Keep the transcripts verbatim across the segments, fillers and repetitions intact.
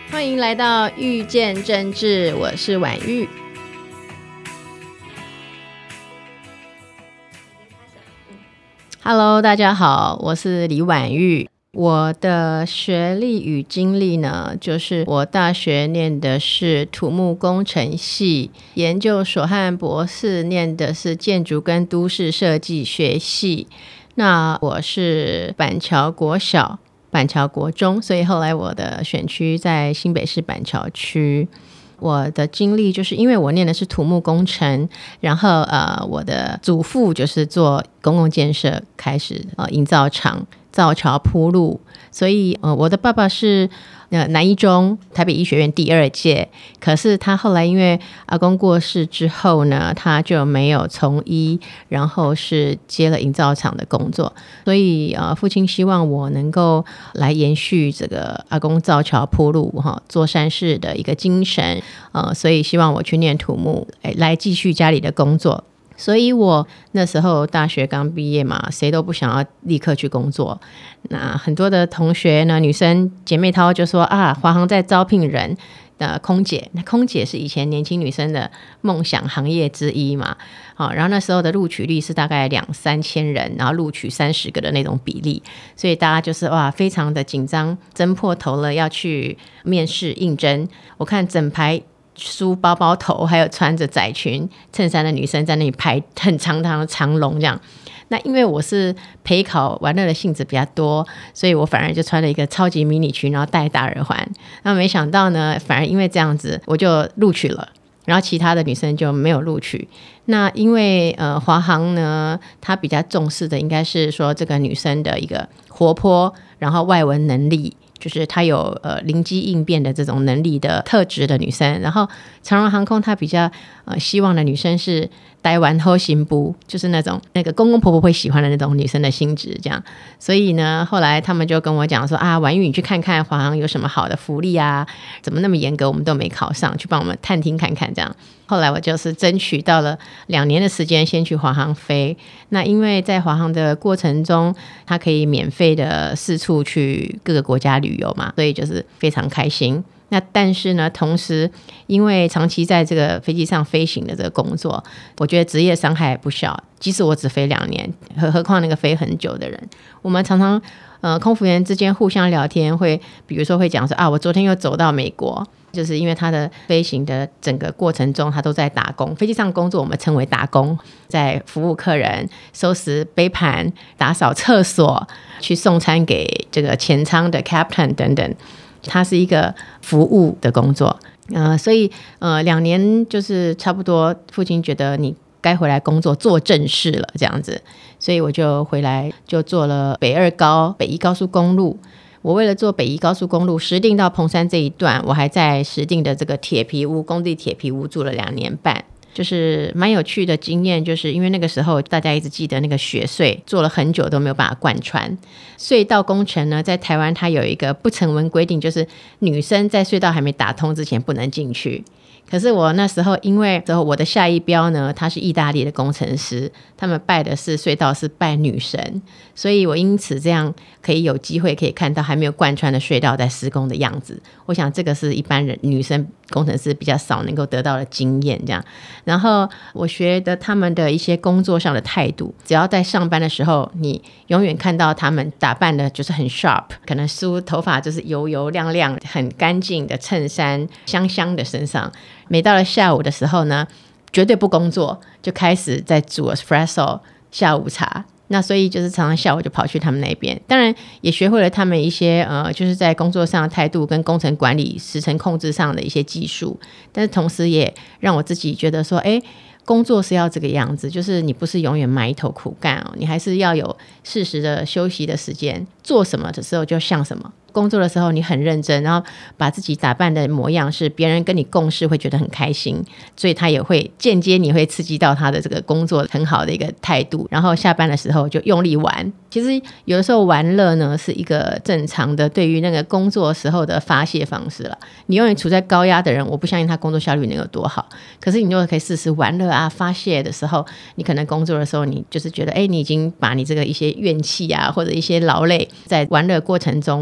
欢迎来到遇见政治，我是婉玉。Hello， 大家好，我是李婉玉。我的学历与经历呢，就是我大学念的是土木工程系，研究所和博士念的是建筑跟都市设计学系。那我是板桥国小、板桥国中，所以后来我的选区在新北市板桥区。我的经历就是因为我念的是土木工程，然后呃，我的祖父就是做公共建设开始呃营造厂造桥铺路，所以呃我的爸爸是呃南一中台北医学院第二届，可是他后来因为阿公过世之后呢，他就没有从医，然后是接了营造厂的工作，所以呃父亲希望我能够来延续这个阿公造桥铺路哈做善事的一个精神，呃所以希望我去念土木来继续家里的工作。所以我那时候大学刚毕业嘛，谁都不想要立刻去工作。那很多的同学呢，女生姐妹淘就说啊，华航在招聘人的空姐，那空姐是以前年轻女生的梦想行业之一嘛。好，然后那时候的录取率是大概两三千人，然后录取三十个的那种比例，所以大家就是哇，非常的紧张，争破头了要去面试应征。我看整排梳包包头还有穿着窄裙衬衫的女生在那里排很长长的长龙这样。那因为我是陪考玩乐的性质比较多，所以我反而就穿了一个超级迷你裙，然后戴大耳环。那没想到呢，反而因为这样子我就录取了，然后其他的女生就没有录取。那因为呃华航呢，它比较重视的应该是说这个女生的一个活泼，然后外文能力，就是她有呃灵机应变的这种能力的特质的女生。然后长荣航空它比较呃希望的女生是台湾后行不，就是那种那个公公婆婆会喜欢的那种女生的性质这样。所以呢后来他们就跟我讲说啊，婉玉你去看看华航有什么好的福利啊，怎么那么严格我们都没考上，去帮我们探听看看这样。后来我就是争取到了两年的时间先去华航飞。那因为在华航的过程中它可以免费的四处去各个国家旅游嘛，所以就是非常开心。那但是呢同时因为长期在这个飞机上飞行的这个工作，我觉得职业伤害不小，即使我只飞两年，何何况那个飞很久的人。我们常常呃空服员之间互相聊天，会比如说会讲说啊，我昨天又走到美国，就是因为他的飞行的整个过程中他都在打工，飞机上工作我们称为打工，在服务客人，收拾杯盘，打扫厕所，去送餐给这个前舱的 captain 等等，它是一个服务的工作。呃，所以呃两年就是差不多父亲觉得你该回来工作做正事了这样子，所以我就回来就做了北二高北宜高速公路。我为了做北宜高速公路石碇到彭山这一段，我还在石碇的这个铁皮屋工地铁皮屋住了两年半，就是蛮有趣的经验。就是因为那个时候大家一直记得那个雪隧做了很久都没有办法贯穿隧道工程呢，在台湾它有一个不成文规定，就是女生在隧道还没打通之前不能进去。可是我那时候因为我的下一标呢，他是意大利的工程师，他们拜的是隧道是拜女神，所以我因此这样可以有机会可以看到还没有贯穿的隧道在施工的样子。我想这个是一般人女生工程师比较少能够得到的经验这样。然后我学的他们的一些工作上的态度，只要在上班的时候你永远看到他们打扮的就是很 sharp， 可能梳头发就是油油亮亮很干净的衬衫，香香的身上。每到了下午的时候呢，绝对不工作，就开始在煮 espresso 下午茶。那所以就是常常下午就跑去他们那边，当然也学会了他们一些呃，就是在工作上的态度跟工程管理时程控制上的一些技术。但是同时也让我自己觉得说，哎，工作是要这个样子，就是你不是永远埋头苦干哦，你还是要有适时的休息的时间，做什么的时候就像什么。工作的时候你很认真，然后把自己打扮的模样是别人跟你共事会觉得很开心，所以他也会间接你会刺激到他的这个工作很好的一个态度。然后下班的时候就用力玩，其实有的时候玩乐呢是一个正常的对于那个工作时候的发泄方式了。你永远处在高压的人，我不相信他工作效率能有多好，可是你就可以试试玩乐啊，发泄的时候，你可能工作的时候你就是觉得哎，你已经把你这个一些怨气啊或者一些劳累在玩乐过程中好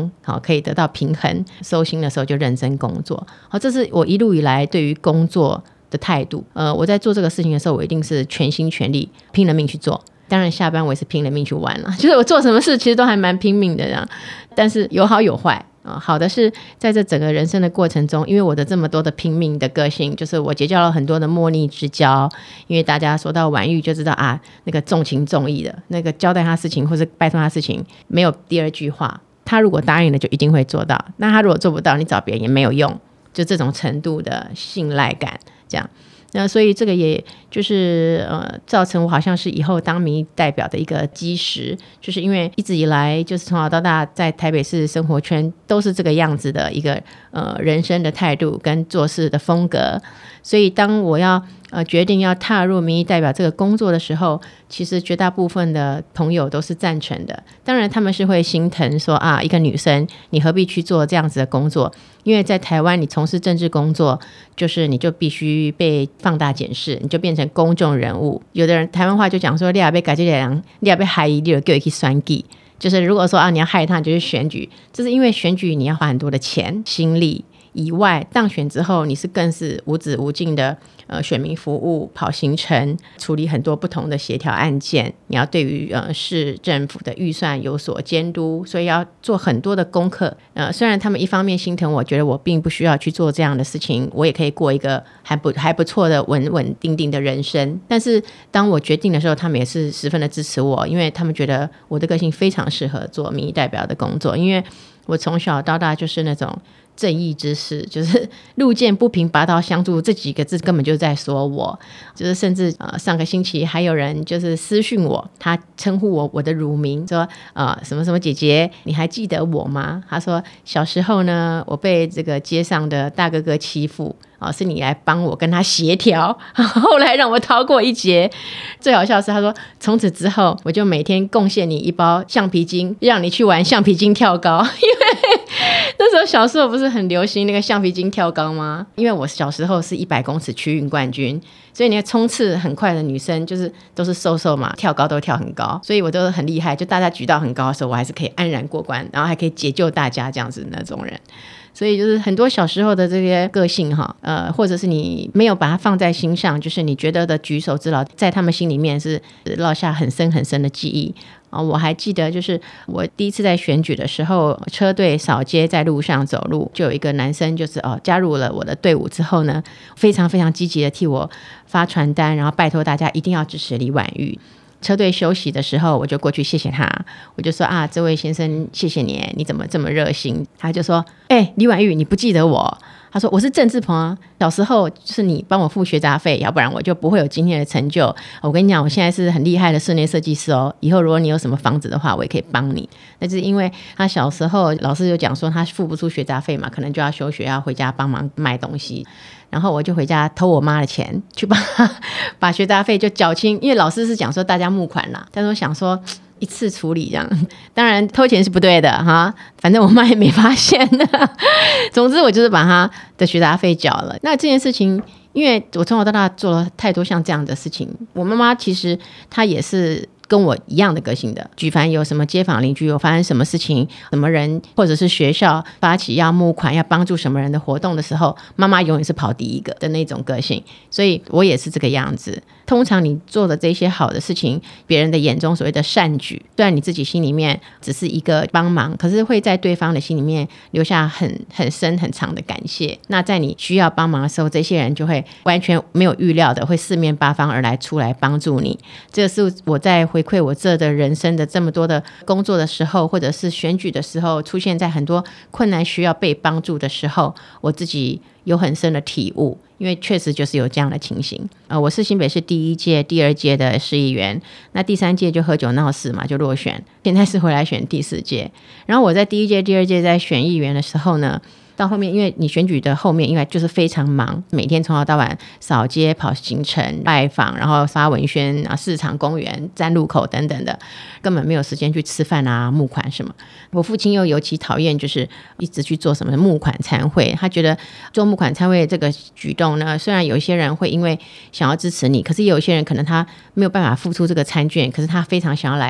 可以得到平衡，收心的时候就认真工作。好，这是我一路以来对于工作的态度。呃，我在做这个事情的时候，我一定是全心全力拼了命去做。当然下班我也是拼了命去玩了，就是我做什么事其实都还蛮拼命的这样，但是有好有坏。呃、好的是在这整个人生的过程中，因为我的这么多的拼命的个性，就是我结交了很多的莫逆之交。因为大家说到婉玉就知道啊，那个重情重义的，那个交代他事情或是拜托他事情没有第二句话，他如果答应了就一定会做到，那他如果做不到你找别人也没有用，就这种程度的信赖感这样。那所以这个也就是呃，造成我好像是以后当民意代表的一个基石，就是因为一直以来就是从小到大在台北市生活圈都是这个样子的一个呃人生的态度跟做事的风格，所以当我要呃决定要踏入民意代表这个工作的时候，其实绝大部分的朋友都是赞成的。当然他们是会心疼说啊，一个女生你何必去做这样子的工作，因为在台湾你从事政治工作就是你就必须被放大检视，你就变成公众人物。有的人台湾话就讲说你要被改这个人，你要被害你就叫他去选举，就是如果说啊你要害他你就去选举，这是因为选举你要花很多的钱心力以外，当选之后你是更是无止无尽的呃选民服务，跑行程，处理很多不同的协调案件，你要对于呃市政府的预算有所监督，所以要做很多的功课。呃，虽然他们一方面心疼我，觉得我并不需要去做这样的事情，我也可以过一个还不还不错的稳稳定定的人生，但是当我决定的时候，他们也是十分的支持我，因为他们觉得我的个性非常适合做民意代表的工作，因为我从小到大就是那种正义之士，就是路见不平拔刀相助这几个字根本就在说我，就是甚至呃上个星期还有人就是私讯我，他称呼我我的乳名，说呃什么什么姐姐你还记得我吗？他说小时候呢我被这个街上的大哥哥欺负，哦，是你来帮我跟他协调，后来让我逃过一劫。最好笑的是他说从此之后我就每天贡献你一包橡皮筋，让你去玩橡皮筋跳高，因为那时候小时候不是很流行那个橡皮筋跳高吗？因为我小时候是一百公尺区运冠军，所以你看冲刺很快的女生就是都是瘦瘦嘛，跳高都跳很高，所以我都很厉害，就大家举到很高的时候我还是可以安然过关，然后还可以解救大家这样子那种人。所以就是很多小时候的这些个性哈，呃，或者是你没有把它放在心上，就是你觉得的举手之劳，在他们心里面是落下很深很深的记忆。啊，我还记得就是我第一次在选举的时候，车队扫街在路上走路，就有一个男生就是哦加入了我的队伍之后呢，非常非常积极的替我发传单，然后拜托大家一定要支持李婉玉。车队休息的时候我就过去谢谢他，我就说啊这位先生谢谢你，你怎么这么热心？他就说哎、欸，李婉玉你不记得我？他说我是郑志鹏啊，小时候就是你帮我付学杂费，要不然我就不会有今天的成就。我跟你讲我现在是很厉害的室内设计师哦，以后如果你有什么房子的话我也可以帮你。那就是因为他小时候老师就讲说他付不出学杂费嘛，可能就要休学要回家帮忙卖东西，然后我就回家偷我妈的钱去帮他把学杂费就缴清，因为老师是讲说大家募款啦，但是我想说一次处理这样，当然偷钱是不对的哈，反正我妈也没发现的。总之我就是把他的学杂费缴了。那这件事情因为我从小到大做了太多像这样的事情，我妈妈其实她也是跟我一样的个性的，举凡有什么街坊邻居有发生什么事情，什么人或者是学校发起要募款要帮助什么人的活动的时候，妈妈永远是跑第一个的那种个性，所以我也是这个样子。通常你做的这些好的事情，别人的眼中所谓的善举，虽然你自己心里面只是一个帮忙，可是会在对方的心里面留下很很深很长的感谢。那在你需要帮忙的时候，这些人就会完全没有预料的会四面八方而来出来帮助你。这个是我在回馈我这的人生的这么多的工作的时候，或者是选举的时候，出现在很多困难需要被帮助的时候，我自己有很深的体悟，因为确实就是有这样的情形。呃，我是新北市第一届第二届的市议员，那第三届就喝酒闹事嘛就落选，现在是回来选第四届。然后我在第一届第二届在选议员的时候呢，到后面因为你选举的后面因为就是非常忙，每天从早到晚扫街跑行程拜访，然后发文宣啊，市场公园站路口等等的，根本没有时间去吃饭啊募款什么。我父亲又尤其讨厌就是一直去做什么募款餐会，他觉得做募款餐会这个举动呢，虽然有一些人会因为想要支持你，可是也有些人可能他没有办法付出这个餐券，可是他非常想要来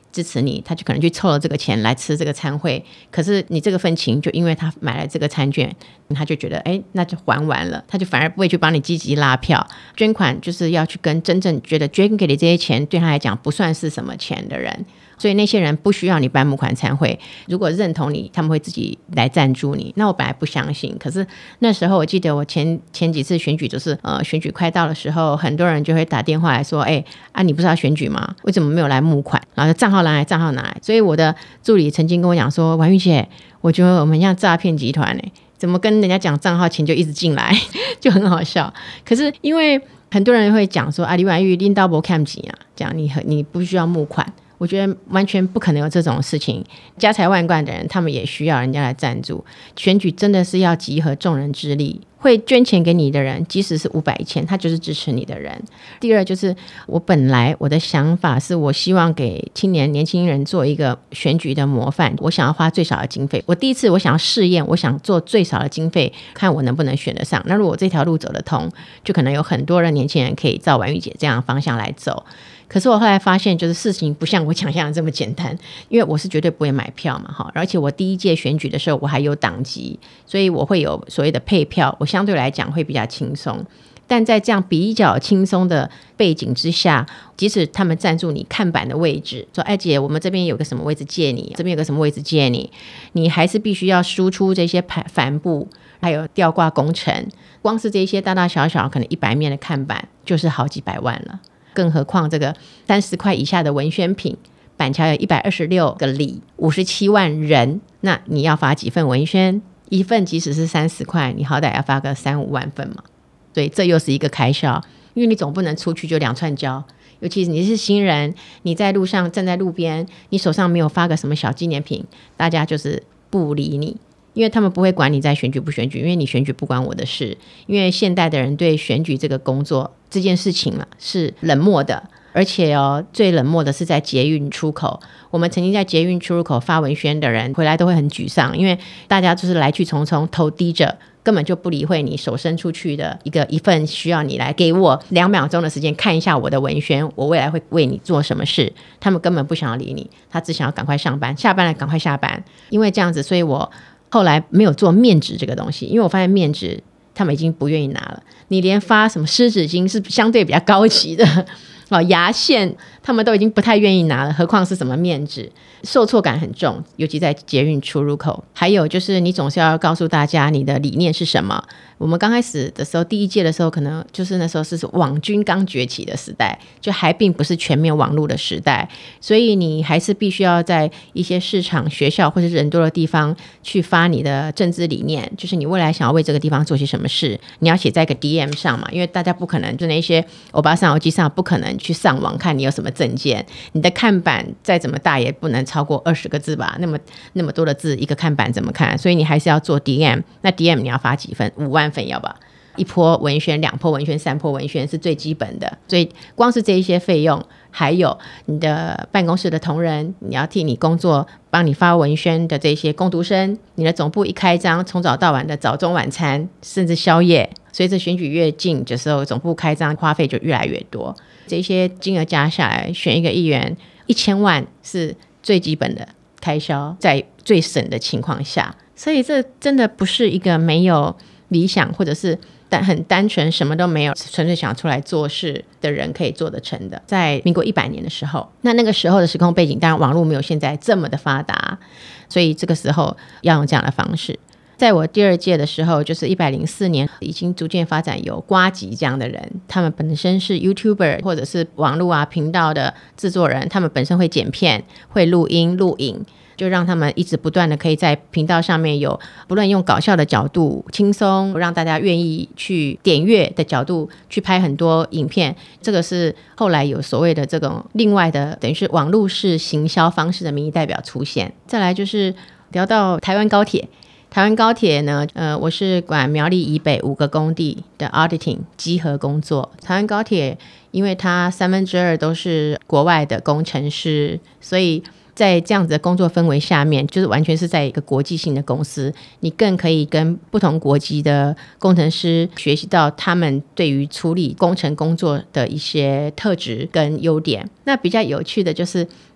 支持你，他就可能去凑了这个钱来吃这个餐会，可是你这个份情就因为他买了这个餐券，他就觉得哎，那就还完了，他就反而不会去帮你积极拉票。捐款就是要去跟真正觉得捐给你这些钱对他来讲不算是什么钱的人，所以那些人不需要你办募款餐会，如果认同你他们会自己来赞助你。那我本来不相信，可是那时候我记得我前前几次选举就是呃选举快到的时候，很多人就会打电话来说，哎啊你不是要选举吗？为什么没有来募款？然后账号拿来账号拿来。所以我的助理曾经跟我讲说，婉玉姐，我觉得我们像诈骗集团欸，怎么跟人家讲账号钱就一直进来，就很好笑。可是因为很多人会讲说啊，李婉玉拎到不看钱啊，讲你你不需要募款，我觉得完全不可能有这种事情。家财万贯的人他们也需要人家来赞助，选举真的是要集合众人之力，会捐钱给你的人即使是五百一千他就是支持你的人。第二就是我本来我的想法是我希望给青年年轻人做一个选举的模范，我想要花最少的经费，我第一次我想要试验，我想做最少的经费看我能不能选得上。那如果这条路走得通，就可能有很多的年轻人可以照婉玉姐这样的方向来走。可是我后来发现就是事情不像我想象的这么简单，因为我是绝对不会买票嘛，而且我第一届选举的时候我还有党籍，所以我会有所谓的配票，我相对来讲会比较轻松。但在这样比较轻松的背景之下，即使他们赞助你看板的位置，说哎姐我们这边有个什么位置借你，这边有个什么位置借你，你还是必须要输出这些帆布还有吊挂工程，光是这些大大小小可能一百面的看板就是好几百万了，更何况这个三十块以下的文宣品，板桥有一百二十六个里，五十七万人，那你要发几份文宣？一份即使是三十块，你好歹要发个三五万份嘛。对，这又是一个开销，因为你总不能出去就两串胶，尤其是你是新人，你在路上站在路边，你手上没有发个什么小纪念品，大家就是不理你，因为他们不会管你在选举不选举，因为你选举不关我的事。因为现代的人对选举这个工作这件事情嘛是冷漠的，而且哦最冷漠的是在捷运出口。我们曾经在捷运出入口发文宣的人回来都会很沮丧，因为大家就是来去匆匆，头低着，根本就不理会你手伸出去的一个一份需要你来给我两秒钟的时间看一下我的文宣，我未来会为你做什么事，他们根本不想要理你，他只想要赶快上班，下班了赶快下班。因为这样子，所以我后来没有做面纸这个东西，因为我发现面纸他们已经不愿意拿了，你连发什么湿纸巾是相对比较高级的哦，牙线他们都已经不太愿意拿了，何况是什么面纸，受挫感很重，尤其在捷运出入口。还有就是你总是要告诉大家你的理念是什么。我们刚开始的时候，第一届的时候，可能就是那时候是网军刚崛起的时代，就还并不是全面网络的时代，所以你还是必须要在一些市场、学校或者人多的地方去发你的政治理念，就是你未来想要为这个地方做些什么事，你要写在一个 D M 上嘛，因为大家不可能就那些欧巴桑、欧基上不可能去上网看你有什么证件，你的看板再怎么大也不能超过二十个字吧，那么那么多的字一个看板怎么看？所以你还是要做 D M， 那 D M 你要发几份？五万份要吧，一波文宣、两波文宣、三波文宣是最基本的，所以光是这一些费用，还有你的办公室的同仁，你要替你工作帮你发文宣的这些工读生，你的总部一开张，从早到晚的早中晚餐甚至宵夜，随着选举越近的时候，总部开张花费就越来越多，这些金额加下来，选一个议员一千万是最基本的开销，在最省的情况下，所以这真的不是一个没有理想或者是很单纯什么都没有纯粹想出来做事的人可以做得成的。在民国一百年的时候，那那个时候的时空背景当然网络没有现在这么的发达，所以这个时候要用这样的方式。在我第二届的时候，就是一百零四年，已经逐渐发展有呱吉这样的人，他们本身是 YouTuber 或者是网络啊频道的制作人，他们本身会剪片、会录音录影，就让他们一直不断的可以在频道上面有不论用搞笑的角度轻松让大家愿意去点阅的角度去拍很多影片，这个是后来有所谓的这种另外的等于是网络式行销方式的民意代表出现。再来就是聊到台湾高铁，台湾高铁呢，呃，我是管苗栗以北五个工地的 auditing 稽核工作。台湾高铁因为它三分之二都是国外的工程师，所以在这样子的工作氛围下面，就是完全是在一个国际性的公司，你更可以跟不同国籍的工程师学习到他们对于处理工程工作的一些特质跟优点。那比较有趣的就是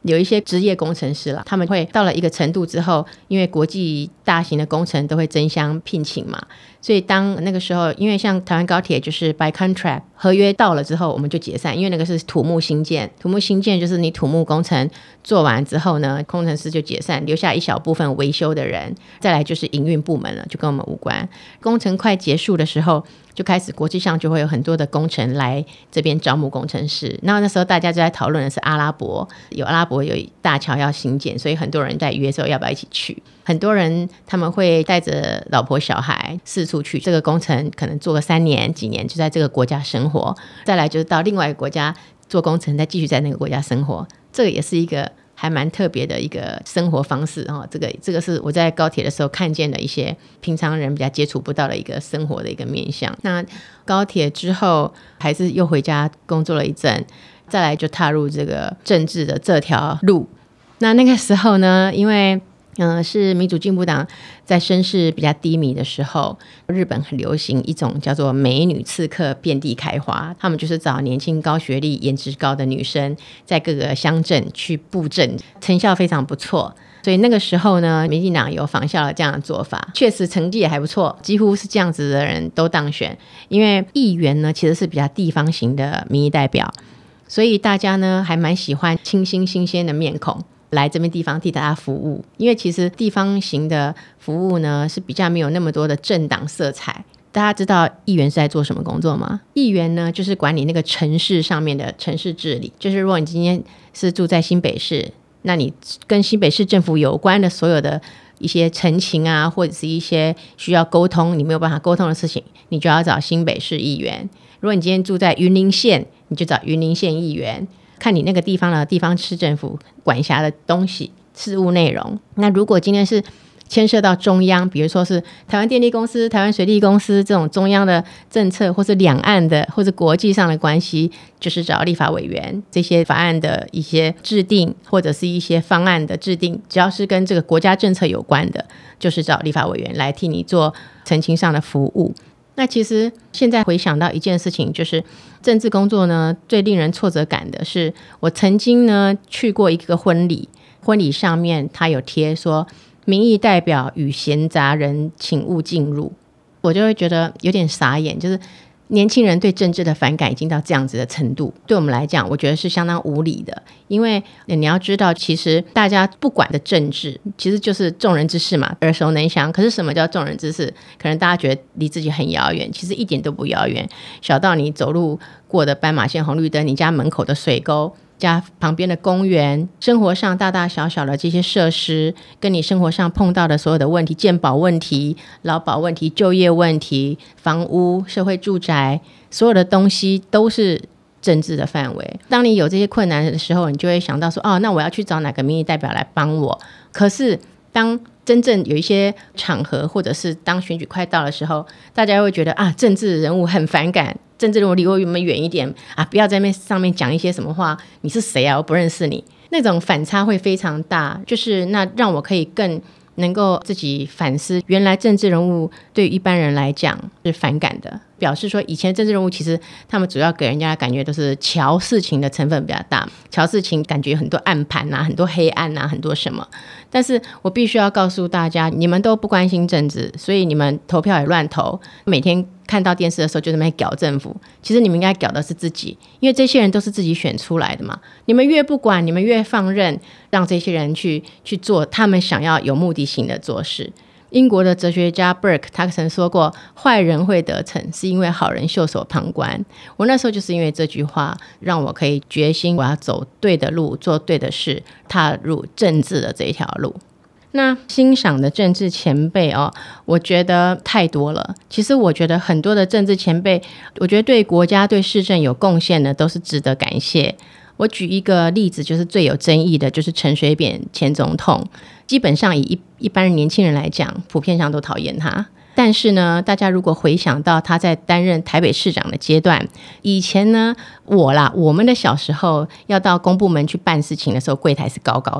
有一些职业工程师啦，他们会到了一个程度之后，因为国际大型的工程都会争相聘请嘛，所以当那个时候，因为像台湾高铁就是 by contract 合约到了之后我们就解散，因为那个是土木新建，土木新建就是你土木工程做完之后呢，工程师就解散，留下一小部分维修的人，再来就是营运部门了，就跟我们无关。工程快结束的时候，就开始国际上就会有很多的工程来这边招募工程师，那那时候大家就在讨论的是阿拉伯，有阿拉伯有大桥要兴建，所以很多人在约说要不要一起去，很多人他们会带着老婆小孩四处去，这个工程可能做个三年几年就在这个国家生活，再来就是到另外一个国家做工程，再继续在那个国家生活，这个也是一个还蛮特别的一个生活方式、哦、这个这个是我在高铁的时候看见的一些平常人比较接触不到的一个生活的一个面向。那高铁之后还是又回家工作了一阵，再来就踏入这个政治的这条路。那那个时候呢，因为嗯、呃，是民主进步党在声势比较低迷的时候，日本很流行一种叫做美女刺客遍地开花，他们就是找年轻高学历颜值高的女生在各个乡镇去布阵，成效非常不错。所以那个时候呢，民进党有仿效了这样的做法，确实成绩也还不错，几乎是这样子的人都当选。因为议员呢其实是比较地方型的民意代表，所以大家呢还蛮喜欢清新新鲜的面孔来这边地方替大家服务，因为其实地方型的服务呢是比较没有那么多的政党色彩。大家知道议员是在做什么工作吗？议员呢就是管理那个城市上面的城市治理，就是如果你今天是住在新北市，那你跟新北市政府有关的所有的一些陈情啊，或者是一些需要沟通你没有办法沟通的事情，你就要找新北市议员。如果你今天住在云林县，你就找云林县议员，看你那个地方的地方市政府管辖的东西事务内容。那如果今天是牵涉到中央，比如说是台湾电力公司、台湾水利公司这种中央的政策，或是两岸的或是国际上的关系，就是找立法委员，这些法案的一些制定或者是一些方案的制定，只要是跟这个国家政策有关的，就是找立法委员来替你做澄清上的服务。那其实现在回想到一件事情，就是政治工作呢最令人挫折感的是，我曾经呢去过一个婚礼，婚礼上面他有贴说民意代表与闲杂人请勿进入，我就会觉得有点傻眼，就是年轻人对政治的反感已经到这样子的程度，对我们来讲我觉得是相当无理的。因为你要知道，其实大家不管的政治其实就是众人之事嘛，耳熟能详。可是什么叫众人之事？可能大家觉得离自己很遥远，其实一点都不遥远，小到你走路过的斑马线、红绿灯，你家门口的水沟，家旁边的公园，生活上大大小小的这些设施，跟你生活上碰到的所有的问题，健保问题、劳保问题、就业问题、房屋、社会住宅，所有的东西都是政治的范围。当你有这些困难的时候，你就会想到说，哦，那我要去找哪个民意代表来帮我。可是当真正有一些场合，或者是当选举快到的时候，大家会觉得啊，政治人物很反感，政治人物离我们远一点啊，不要在那上面讲一些什么话，你是谁啊，我不认识你，那种反差会非常大。就是那让我可以更能够自己反思，原来政治人物对于一般人来讲是反感的，表示说以前政治人物其实他们主要给人家的感觉都是瞧事情的成分比较大，瞧事情感觉有很多暗盘啊，很多黑暗啊，很多什么。但是我必须要告诉大家，你们都不关心政治，所以你们投票也乱投，每天看到电视的时候就在那边屌政府，其实你们应该屌的是自己，因为这些人都是自己选出来的嘛。你们越不管，你们越放任，让这些人去去做他们想要有目的性的做事。英国的哲学家 Burke 他曾说过，坏人会得逞是因为好人袖手旁观。我那时候就是因为这句话让我可以决心我要走对的路，做对的事，踏入政治的这一条路。那欣赏的政治前辈哦，我觉得太多了。其实我觉得很多的政治前辈，我觉得对国家对市政有贡献的都是值得感谢。我举一个例子，就是最有争议的就是陈水扁前总统，基本上以 一, 一般人年轻人来讲，普遍上都讨厌他。但是呢，大家如果回想到他在担任台北市长的阶段，以前呢，我啦，我们的小时候要到公部门去办事情的时候，柜台是高高的。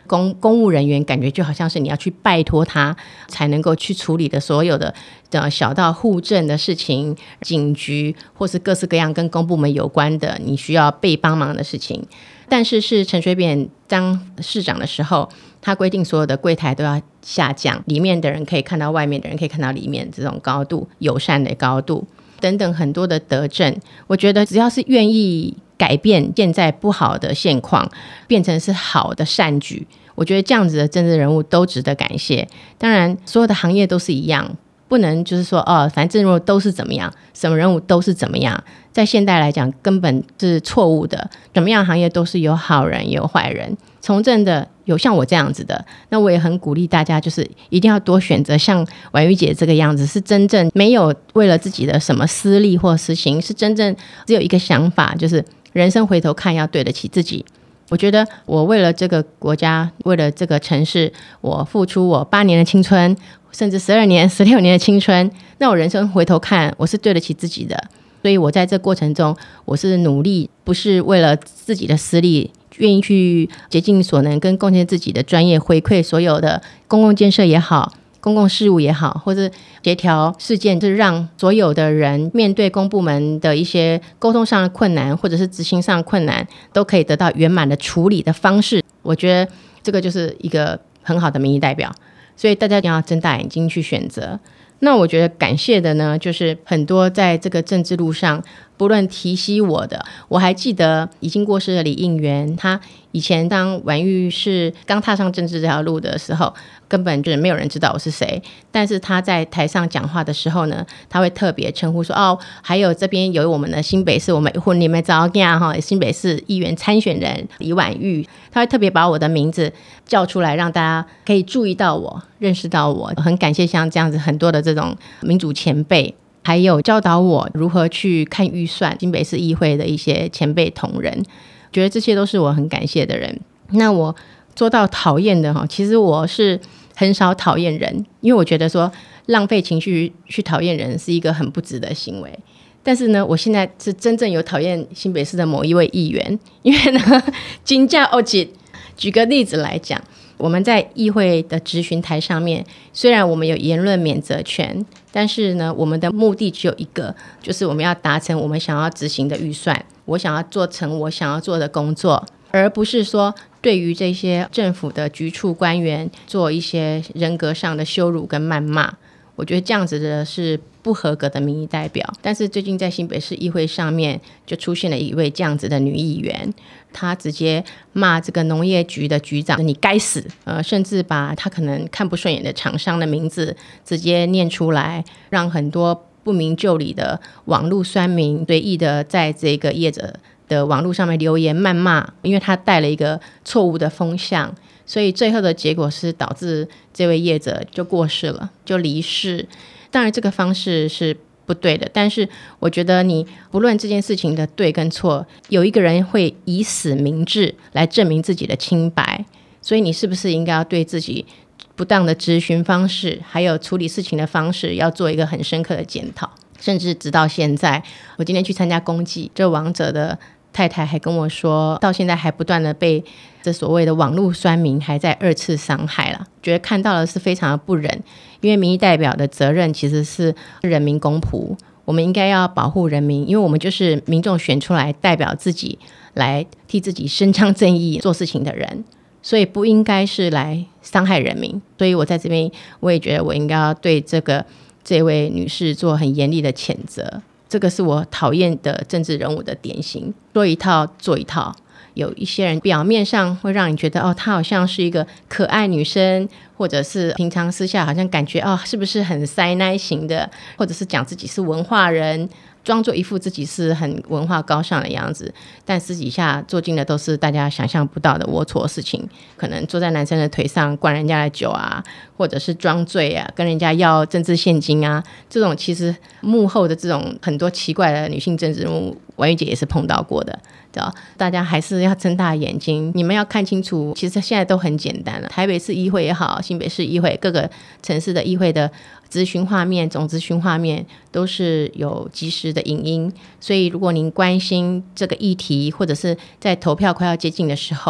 公公务人员感觉就好像是你要去拜托他才能够去处理的所有的的小到户政的事情，警局或是各式各样跟公部门有关的你需要被帮忙的事情。但是是陈水扁当市长的时候，他规定所有的柜台都要下降，里面的人可以看到外面的人可以看到里面，这种高度友善的高度等等很多的德政，我觉得只要是愿意改变现在不好的现况变成是好的善举，我觉得这样子的政治人物都值得感谢。当然所有的行业都是一样，不能就是说哦，反正政治人物都是怎么样，什么人物都是怎么样，在现代来讲根本是错误的，怎么样行业都是有好人有坏人，从政的有像我这样子的，那我也很鼓励大家就是一定要多选择像婉瑜姐这个样子，是真正没有为了自己的什么私利或私心，是真正只有一个想法，就是人生回头看要对得起自己。我觉得我为了这个国家，为了这个城市，我付出我八年的青春，甚至十二年十六年的青春，那我人生回头看我是对得起自己的。所以我在这过程中我是努力，不是为了自己的私利，愿意去竭尽所能跟贡献自己的专业，回馈所有的公共建设也好，公共事务也好，或者协调事件，就是让所有的人面对公部门的一些沟通上的困难或者是执行上的困难都可以得到圆满的处理的方式。我觉得这个就是一个很好的民意代表，所以大家一定要睁大眼睛去选择。那我觉得感谢的呢，就是很多在这个政治路上不论提携我的，我还记得已经过世的李应元，他以前当婉瑜是刚踏上政治这条路的时候，根本就是没有人知道我是谁，但是他在台上讲话的时候呢，他会特别称呼说哦，还有这边有我们的新北市我们婚礼没早哈新北市议员参选人李婉瑜，他会特别把我的名字叫出来，让大家可以注意到我，认识到我。很感谢像这样子很多的这种民主前辈，还有教导我如何去看预算新北市议会的一些前辈同仁，觉得这些都是我很感谢的人。那我做到讨厌的，其实我是很少讨厌人，因为我觉得说浪费情绪去讨厌人是一个很不值得的行为。但是呢，我现在是真正有讨厌新北市的某一位议员，因为呢金价欧吉。举个例子来讲，我们在议会的质询台上面，虽然我们有言论免责权，但是呢我们的目的只有一个，就是我们要达成我们想要执行的预算，我想要做成我想要做的工作，而不是说对于这些政府的局处官员做一些人格上的羞辱跟谩骂。我觉得这样子的是不合格的民意代表。但是最近在新北市议会上面就出现了一位这样子的女议员，她直接骂这个农业局的局长你该死，呃，甚至把她可能看不顺眼的厂商的名字直接念出来，让很多不明就里的网络酸民随意的在这个业者的网络上面留言谩骂，因为他带了一个错误的风向，所以最后的结果是导致这位业者就过世了，就离世。当然这个方式是不对的，但是我觉得你不论这件事情的对跟错，有一个人会以死明志来证明自己的清白，所以你是不是应该要对自己不当的质询方式还有处理事情的方式要做一个很深刻的检讨。甚至直到现在，我今天去参加公祭，这王者的太太还跟我说，到现在还不断的被这所谓的网络酸民还在二次伤害了，觉得看到的是非常的不忍。因为民意代表的责任其实是人民公仆，我们应该要保护人民，因为我们就是民众选出来代表自己来替自己伸张正义做事情的人，所以不应该是来伤害人民。所以我在这边我也觉得我应该要对这个这位女士做很严厉的谴责，这个是我讨厌的政治人物的典型，说一套做一套。有一些人表面上会让你觉得哦，她好像是一个可爱女生，或者是平常私下好像感觉哦，是不是很塞奶型的，或者是讲自己是文化人，装作一副自己是很文化高尚的样子，但私底下做尽的都是大家想象不到的龌龊事情，可能坐在男生的腿上灌人家的酒啊，或者是装醉啊，跟人家要政治现金啊，这种其实幕后的这种很多奇怪的女性政治人物，婉瑜姐也是碰到过的。大家还是要睁大眼睛，你们要看清楚，其实现在都很简单了，台北市议会也好，新北市议会，各个城市的议会的质询画面、总质询画面都是有及时的影音，所以如果您关心这个议题，或者是在投票快要接近的时候，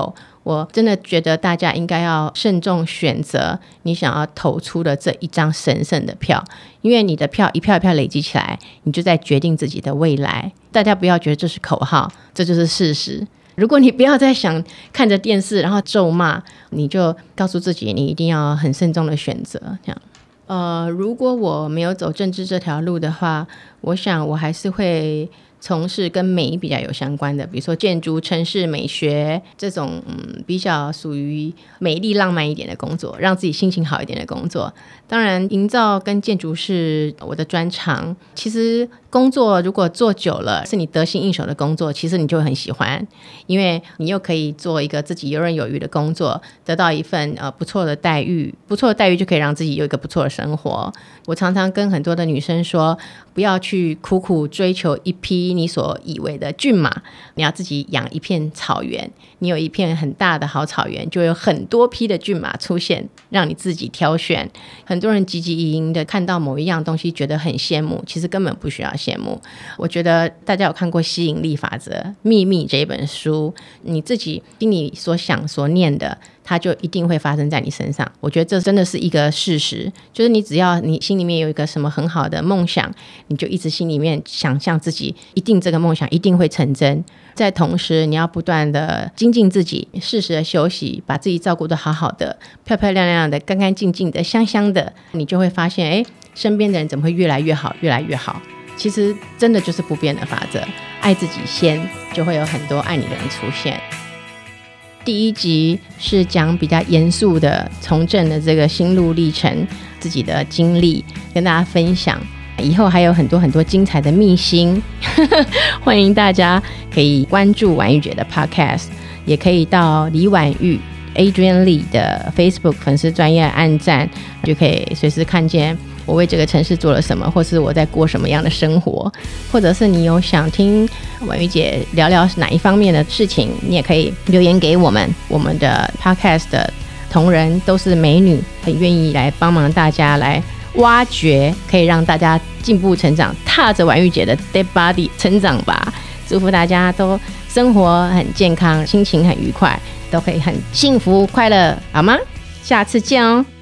我真的觉得大家应该要慎重选择你想要投出的这一张神圣的票，因为你的票一票一票累积起来，你就在决定自己的未来。大家不要觉得这是口号，这就是事实。如果你不要再想看着电视然后咒骂，你就告诉自己你一定要很慎重的选择。这样呃，如果我没有走政治这条路的话，我想我还是会从事跟美比较有相关的，比如说建筑、城市美学这种、嗯、比较属于美丽浪漫一点的工作，让自己心情好一点的工作。当然营造跟建筑是我的专长，其实工作如果做久了是你得心应手的工作，其实你就会很喜欢，因为你又可以做一个自己游刃有余的工作，得到一份、呃、不错的待遇，不错的待遇就可以让自己有一个不错的生活。我常常跟很多的女生说，不要去苦苦追求一匹你所以为的骏马，你要自己养一片草原，你有一片很大的好草原，就有很多匹的骏马出现，让你自己挑选。很多人汲汲营营的看到某一样东西觉得很羡慕，其实根本不需要羡慕。我觉得大家有看过吸引力法则秘密这一本书，你自己心里所想所念的，它就一定会发生在你身上。我觉得这真的是一个事实，就是你只要你心里面有一个什么很好的梦想，你就一直心里面想象自己一定这个梦想一定会成真。在同时你要不断的精进自己，适时的休息，把自己照顾得好好的，漂漂亮亮的，干干净净的，香香的，你就会发现哎，身边的人怎么会越来越好越来越好。其实真的就是不变的法则，爱自己先，就会有很多爱你的人出现。第一集是讲比较严肃的从政的这个心路历程，自己的经历跟大家分享，以后还有很多很多精彩的秘辛欢迎大家可以关注婉玉姐的 podcast， 也可以到李婉玉 Adrian Lee 的 Facebook 粉丝专页按赞，就可以随时看见我为这个城市做了什么，或是我在过什么样的生活，或者是你有想听婉玉姐聊聊哪一方面的事情，你也可以留言给我们。我们的 podcast 的同仁都是美女，很愿意来帮忙大家来挖掘，可以让大家进步成长，踏着婉玉姐的 dead body 成长吧。祝福大家都生活很健康，心情很愉快，都可以很幸福快乐，好吗？下次见哦。